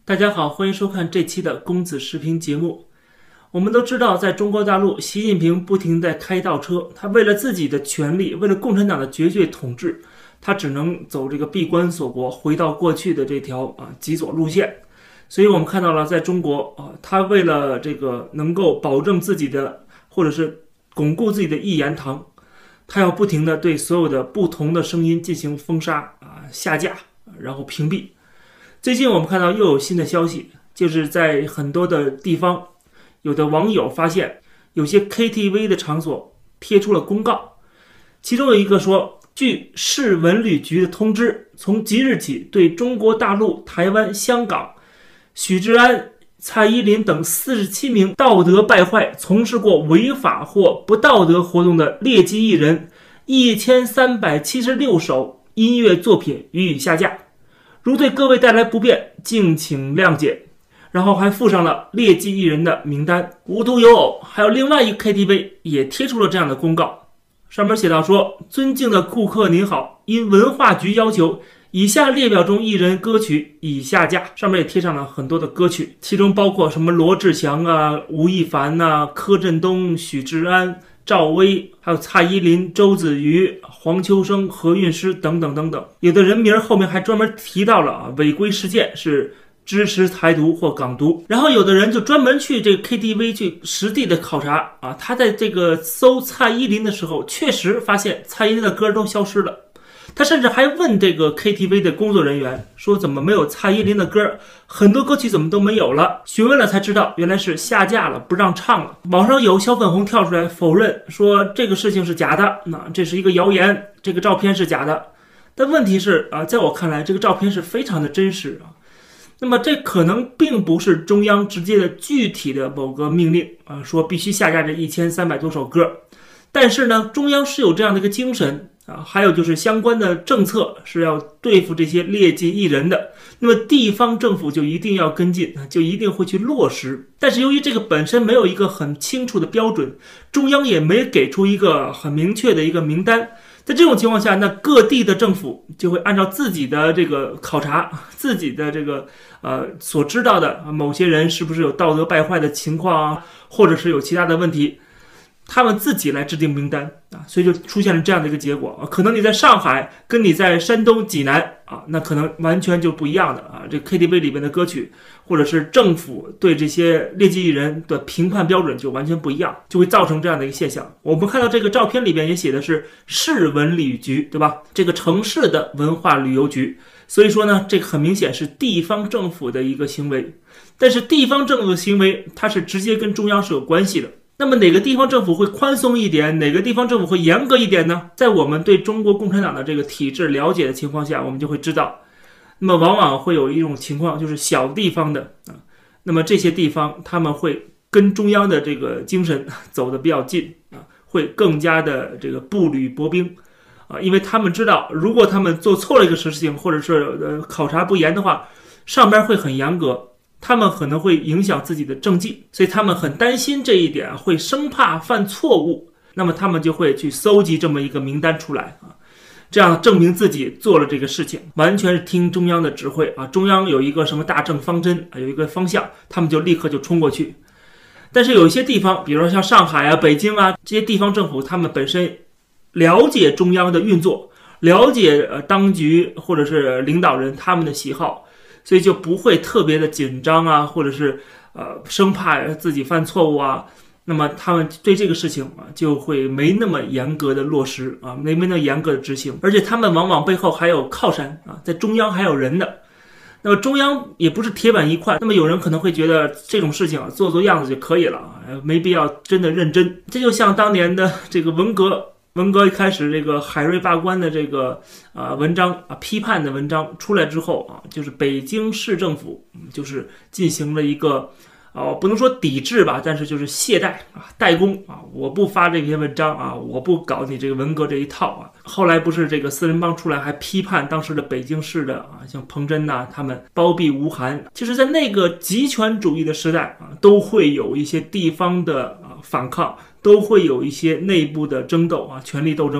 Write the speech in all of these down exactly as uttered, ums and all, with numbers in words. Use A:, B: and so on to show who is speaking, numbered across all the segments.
A: 大家好，欢迎收看这期的公子视频节目。我们都知道，在中国大陆，习近平不停在开倒车，他为了自己的权利，为了共产党的绝对统治，他只能走这个闭关锁国，回到过去的这条啊极左路线。所以我们看到了，在中国啊，他为了这个能够保证自己的，或者是巩固自己的一言堂，他要不停的对所有的不同的声音进行封杀啊、下架，然后屏蔽。最近我们看到又有新的消息，就是在很多的地方，有的网友发现有些 K T V 的场所贴出了公告，其中有一个说，据市文旅局的通知，从即日起对中国大陆、台湾、香港、许志安、蔡依林等四十七名道德败坏、从事过违法或不道德活动的劣迹艺人一千三百七十六首音乐作品予以下架。如对各位带来不便，敬请谅解。然后还附上了劣迹艺人的名单。无独有偶，还有另外一个 K T V 也贴出了这样的公告，上面写道说：尊敬的顾客您好，因文化局要求，以下列表中艺人歌曲已下架。上面也贴上了很多的歌曲，其中包括什么罗志祥啊、吴亦凡啊、柯震东、许志安、赵薇，还有蔡依林、周子瑜、黄秋生、何韵诗等等等等。有的人名后面还专门提到了啊，违规事件是支持台独或港独。然后有的人就专门去这个 K T V 去实地的考察啊，他在这个搜蔡依林的时候，确实发现蔡依林的歌都消失了。他甚至还问这个 K T V 的工作人员说，怎么没有蔡依林的歌，很多歌曲怎么都没有了。询问了才知道，原来是下架了，不让唱了。网上有小粉红跳出来否认说这个事情是假的，那这是一个谣言，这个照片是假的。但问题是啊，在我看来，这个照片是非常的真实啊。那么这可能并不是中央直接的具体的某个命令啊，说必须下架这一千三百多首歌。但是呢，中央是有这样的一个精神啊，还有就是相关的政策是要对付这些劣迹艺人的，那么地方政府就一定要跟进，就一定会去落实。但是由于这个本身没有一个很清楚的标准，中央也没给出一个很明确的一个名单，在这种情况下，那各地的政府就会按照自己的这个考察，自己的这个呃所知道的某些人是不是有道德败坏的情况啊，或者是有其他的问题，他们自己来制定名单啊，所以就出现了这样的一个结果啊。可能你在上海跟你在山东济南啊，那可能完全就不一样的啊。这 K T V 里面的歌曲，或者是政府对这些劣迹艺人的评判标准就完全不一样，就会造成这样的一个现象。我们看到这个照片里边也写的是市文旅局，对吧？这个城市的文化旅游局。所以说呢，这个很明显是地方政府的一个行为。但是地方政府的行为，它是直接跟中央是有关系的。那么哪个地方政府会宽松一点，哪个地方政府会严格一点呢？在我们对中国共产党的这个体制了解的情况下，我们就会知道，那么往往会有一种情况，就是小地方的啊，那么这些地方他们会跟中央的这个精神走得比较近啊，会更加的这个步履薄冰啊，因为他们知道，如果他们做错了一个事情，或者是呃考察不严的话，上边会很严格。他们可能会影响自己的政绩，所以他们很担心这一点，会生怕犯错误，那么他们就会去搜集这么一个名单出来啊，这样证明自己做了这个事情，完全是听中央的指挥啊，中央有一个什么大政方针啊，有一个方向，他们就立刻就冲过去。但是有一些地方，比如说像上海啊、北京啊这些地方政府，他们本身了解中央的运作，了解呃当局或者是领导人他们的喜好。所以就不会特别的紧张啊，或者是呃生怕自己犯错误啊，那么他们对这个事情啊就会没那么严格的落实啊，没没那么严格的执行，而且他们往往背后还有靠山啊，在中央还有人的。那么中央也不是铁板一块，那么有人可能会觉得这种事情啊做做样子就可以了啊，没必要真的认真。这就像当年的这个文革。文革一开始，这个海瑞罢官的这个啊、呃、文章啊批判的文章出来之后啊，就是北京市政府就是进行了一个啊、呃、不能说抵制吧，但是就是懈怠啊代工啊，我不发这篇文章啊，我不搞你这个文革这一套啊。后来不是这个四人帮出来还批判当时的北京市的啊，像彭真呐、啊、他们包庇吴晗，其实在那个极权主义的时代啊，都会有一些地方的啊反抗。都会有一些内部的争斗啊，权力斗争，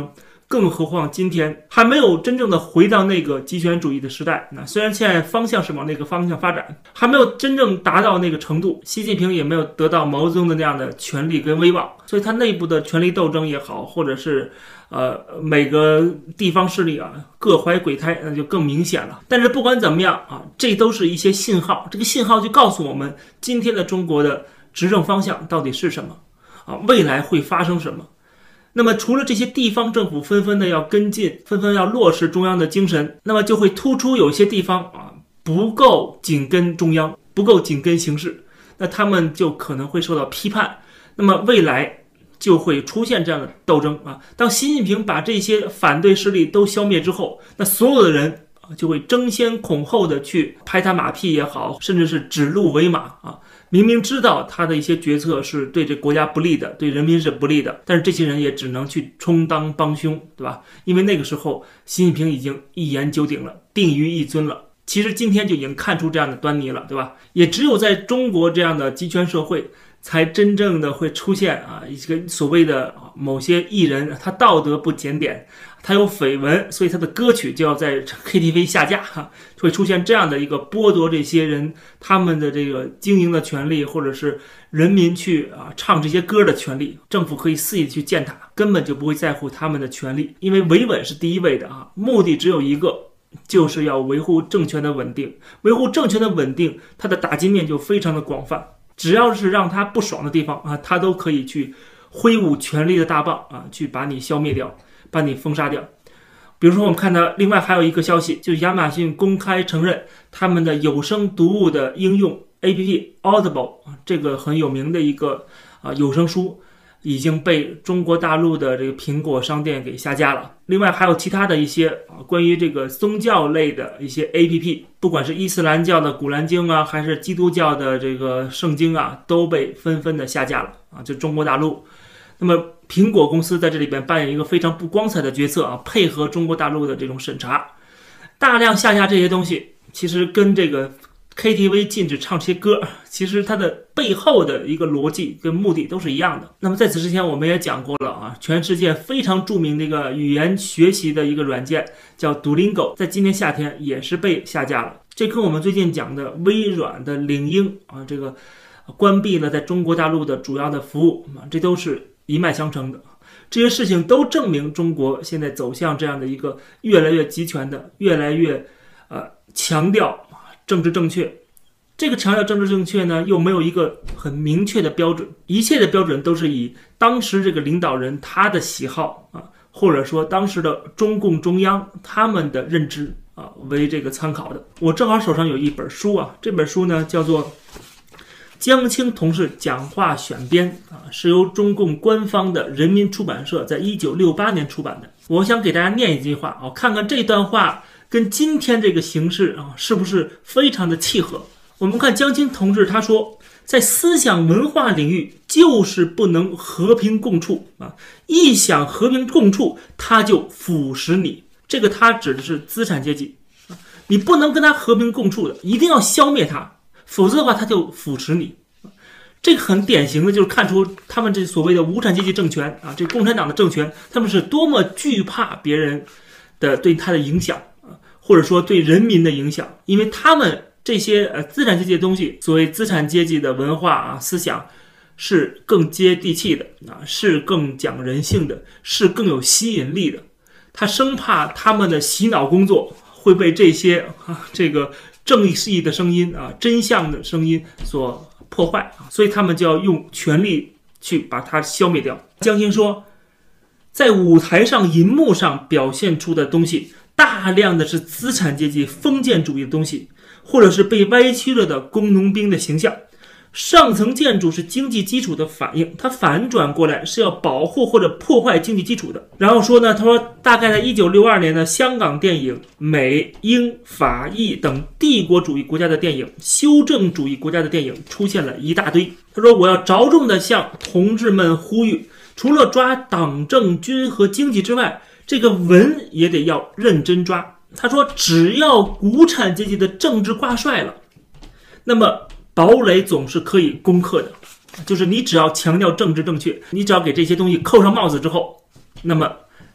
A: 更何况今天还没有真正的回到那个极权主义的时代。那虽然现在方向是往那个方向发展，还没有真正达到那个程度，习近平也没有得到毛泽东的那样的权力跟威望，所以他内部的权力斗争也好，或者是呃每个地方势力啊各怀鬼胎，那就更明显了。但是不管怎么样啊，这都是一些信号，这个信号就告诉我们今天的中国的执政方向到底是什么啊，未来会发生什么。那么除了这些地方政府纷纷的要跟进，纷纷要落实中央的精神，那么就会突出有些地方啊不够紧跟中央，不够紧跟形势，那他们就可能会受到批判。那么未来就会出现这样的斗争啊。当习近平把这些反对势力都消灭之后，那所有的人就会争先恐后的去拍他马屁也好，甚至是指鹿为马啊。明明知道他的一些决策是对这国家不利的，对人民是不利的，但是这些人也只能去充当帮凶，对吧？因为那个时候习近平已经一言九鼎了，定于一尊了。其实今天就已经看出这样的端倪了，对吧？也只有在中国这样的集权社会，才真正的会出现啊一个所谓的某些艺人他道德不检点，他有绯闻，所以他的歌曲就要在 K T V 下架哈，会出现这样的一个剥夺这些人他们的这个经营的权利，或者是人民去啊唱这些歌的权利。政府可以肆意去践踏，根本就不会在乎他们的权利，因为维稳是第一位的啊，目的只有一个，就是要维护政权的稳定。维护政权的稳定，它的打击面就非常的广泛，只要是让他不爽的地方啊，他都可以去挥舞权力的大棒啊，去把你消灭掉，把你封杀掉。比如说我们看到另外还有一个消息，就是亚马逊公开承认他们的有声读物的应用 A P P Audible， 这个很有名的一个啊有声书已经被中国大陆的这个苹果商店给下架了。另外还有其他的一些啊关于这个宗教类的一些 A P P， 不管是伊斯兰教的古兰经啊，还是基督教的这个圣经啊，都被纷纷的下架了啊，就中国大陆。那么苹果公司在这里边扮演一个非常不光彩的角色啊，配合中国大陆的这种审查，大量下架这些东西，其实跟这个 K T V 禁止唱这些歌，其实它的背后的一个逻辑跟目的都是一样的。那么在此之前我们也讲过了啊，全世界非常著名的一个语言学习的一个软件叫 Duolingo， 在今年夏天也是被下架了。这跟我们最近讲的微软的领英啊，这个关闭了在中国大陆的主要的服务啊，这都是一脉相承的。这些事情都证明中国现在走向这样的一个越来越集权的，越来越呃强调政治正确。这个强调政治正确呢，又没有一个很明确的标准，一切的标准都是以当时这个领导人他的喜好啊，或者说当时的中共中央他们的认知啊为这个参考的。我正好手上有一本书啊，这本书呢叫做江青同志讲话选编啊，是由中共官方的人民出版社在一九六八年出版的。我想给大家念一句话啊，看看这段话跟今天这个形势啊是不是非常的契合。我们看江青同志他说，在思想文化领域就是不能和平共处啊，一想和平共处他就腐蚀你。这个他指的是资产阶级，你不能跟他和平共处的，一定要消灭他，否则的话他就腐蚀你。这个很典型的就是看出他们这所谓的无产阶级政权啊，这共产党的政权，他们是多么惧怕别人的对他的影响啊，或者说对人民的影响。因为他们这些呃资产阶级的东西，所谓资产阶级的文化啊思想是更接地气的啊，是更讲人性的，是更有吸引力的。他生怕他们的洗脑工作会被这些啊这个正义的声音啊真相的声音所破坏啊，所以他们就要用权力去把它消灭掉。江青说，在舞台上银幕上表现出的东西大量的是资产阶级封建主义的东西，或者是被歪曲了的工农兵的形象。上层建筑是经济基础的反应，它反转过来是要保护或者破坏经济基础的。然后说呢，他说大概在一九六二年的香港电影、美、英、法、意等帝国主义国家的电影、修正主义国家的电影出现了一大堆。他说我要着重的向同志们呼吁，除了抓党政军和经济之外，这个文也得要认真抓。他说只要无产阶级的政治挂帅了，那么堡垒总是可以攻克的。就是你只要强调政治正确，你只要给这些东西扣上帽子之后，那么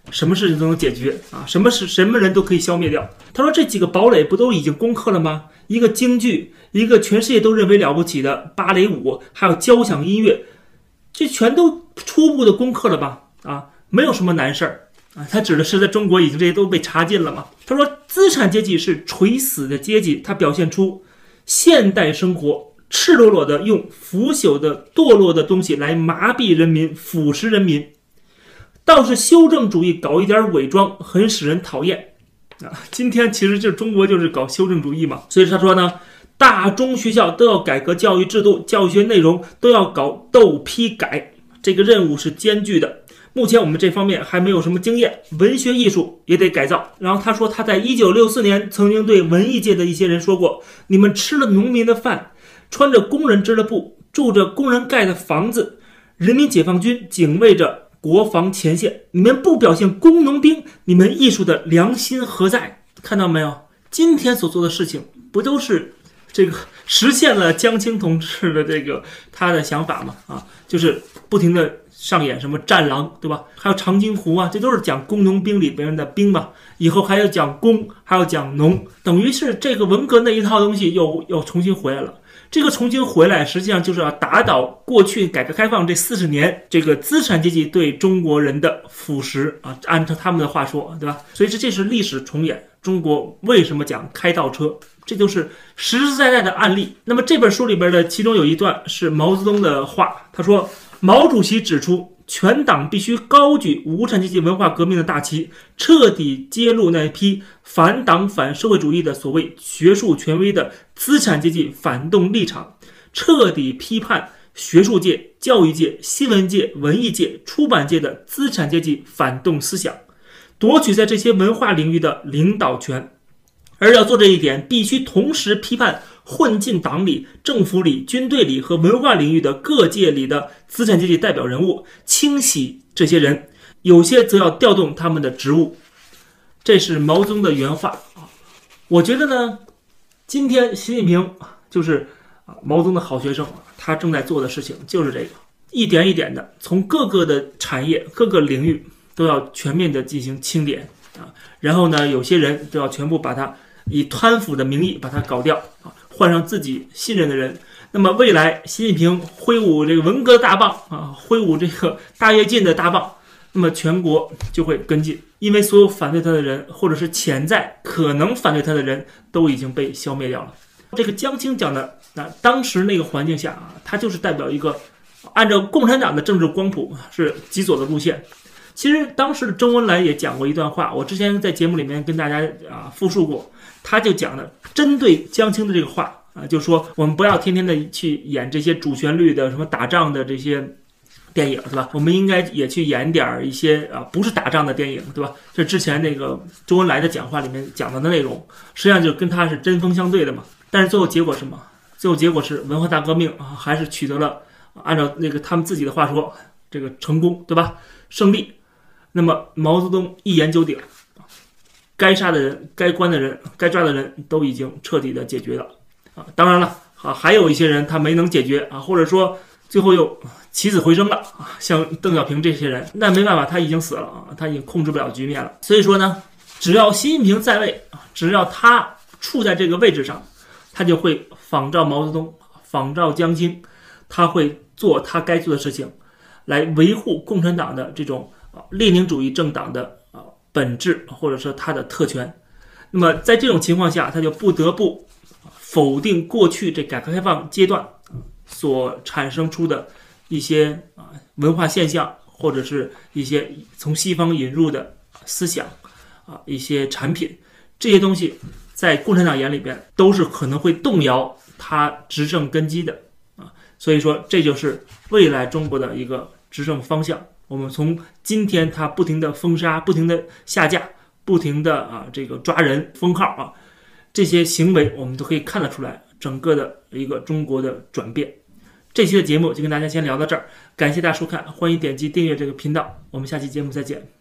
A: 什么事情都能解决啊，什么是什么人都可以消灭掉。他说这几个堡垒不都已经攻克了吗？一个京剧，一个全世界都认为了不起的芭蕾舞，还有交响音乐，这全都初步的攻克了吧？啊，没有什么难事儿啊。他指的是在中国已经这些都被查尽了嘛。他说资产阶级是垂死的阶级，它表现出现代生活赤裸裸的用腐朽的堕落的东西来麻痹人民，腐蚀人民。倒是修正主义搞一点伪装，很使人讨厌啊！今天其实就中国就是搞修正主义嘛，所以他说呢，大中学校都要改革教育制度，教学内容都要搞斗批改，这个任务是艰巨的。目前我们这方面还没有什么经验，文学艺术也得改造。然后他说，他在一九六四年曾经对文艺界的一些人说过：“你们吃了农民的饭，穿着工人织的布，住着工人盖的房子，人民解放军警卫着国防前线，你们不表现工农兵，你们艺术的良心何在？”看到没有？今天所做的事情不都是这个实现了江青同志的这个他的想法吗？啊，就是不停的上演什么战狼，对吧？还有长津湖啊，这都是讲工农兵里边的兵嘛。以后还要讲工，还要讲农，等于是这个文革那一套东西又又重新回来了。这个重新回来，实际上就是要打倒过去改革开放这四十年这个资产阶级对中国人的腐蚀啊，按照他们的话说，对吧？所以这这是历史重演。中国为什么讲开倒车？这就是实实在在的案例。那么这本书里边的其中有一段是毛泽东的话，他说：“毛主席指出，全党必须高举无产阶级文化革命的大旗，彻底揭露那批反党反社会主义的所谓学术权威的资产阶级反动立场，彻底批判学术界、教育界、新闻界、文艺界、出版界的资产阶级反动思想，夺取在这些文化领域的领导权。而要做这一点，必须同时批判混进党里、政府里、军队里和文化领域的各界里的资产阶级代表人物，清洗这些人，有些则要调动他们的职务。”这是毛泽东的原话。我觉得呢，今天习近平就是毛泽东的好学生，他正在做的事情就是这个，一点一点的从各个的产业、各个领域都要全面的进行清点啊，然后呢，有些人都要全部把他以贪腐的名义把他搞掉啊，换上自己信任的人。那么未来习近平挥舞这个文革大棒啊，挥舞这个大跃进的大棒，那么全国就会跟进，因为所有反对他的人，或者是潜在可能反对他的人都已经被消灭掉了。这个江青讲的啊，当时那个环境下啊，他就是代表一个按照共产党的政治光谱是极左的路线。其实当时的周恩来也讲过一段话，我之前在节目里面跟大家啊复述过，他就讲的针对江青的这个话啊，就说我们不要天天的去演这些主旋律的什么打仗的这些电影，是吧？我们应该也去演点一些啊不是打仗的电影，对吧？这之前那个周恩来的讲话里面讲的内容，实际上就跟他是针锋相对的嘛。但是最后结果是什么？最后结果是文化大革命啊，还是取得了按照那个他们自己的话说，这个成功，对吧？胜利。那么毛泽东一言九鼎，该杀的人、该关的人、该抓的人都已经彻底的解决了啊！当然了啊，还有一些人他没能解决啊，或者说最后又起死回生了啊，像邓小平这些人，那没办法，他已经死了啊，他已经控制不了局面了。所以说呢，只要习近平在位啊，只要他处在这个位置上，他就会仿照毛泽东、仿照江青，他会做他该做的事情，来维护共产党的这种列宁主义政党的本质，或者说它的特权。那么在这种情况下，他就不得不否定过去这改革开放阶段所产生出的一些文化现象，或者是一些从西方引入的思想啊，一些产品，这些东西在共产党眼里边都是可能会动摇他执政根基的啊。所以说这就是未来中国的一个执政方向。我们从今天他不停的封杀、不停的下架、不停的啊这个抓人封号啊，这些行为我们都可以看得出来整个的一个中国的转变。这期的节目就跟大家先聊到这儿，感谢大家收看，欢迎点击订阅这个频道，我们下期节目再见。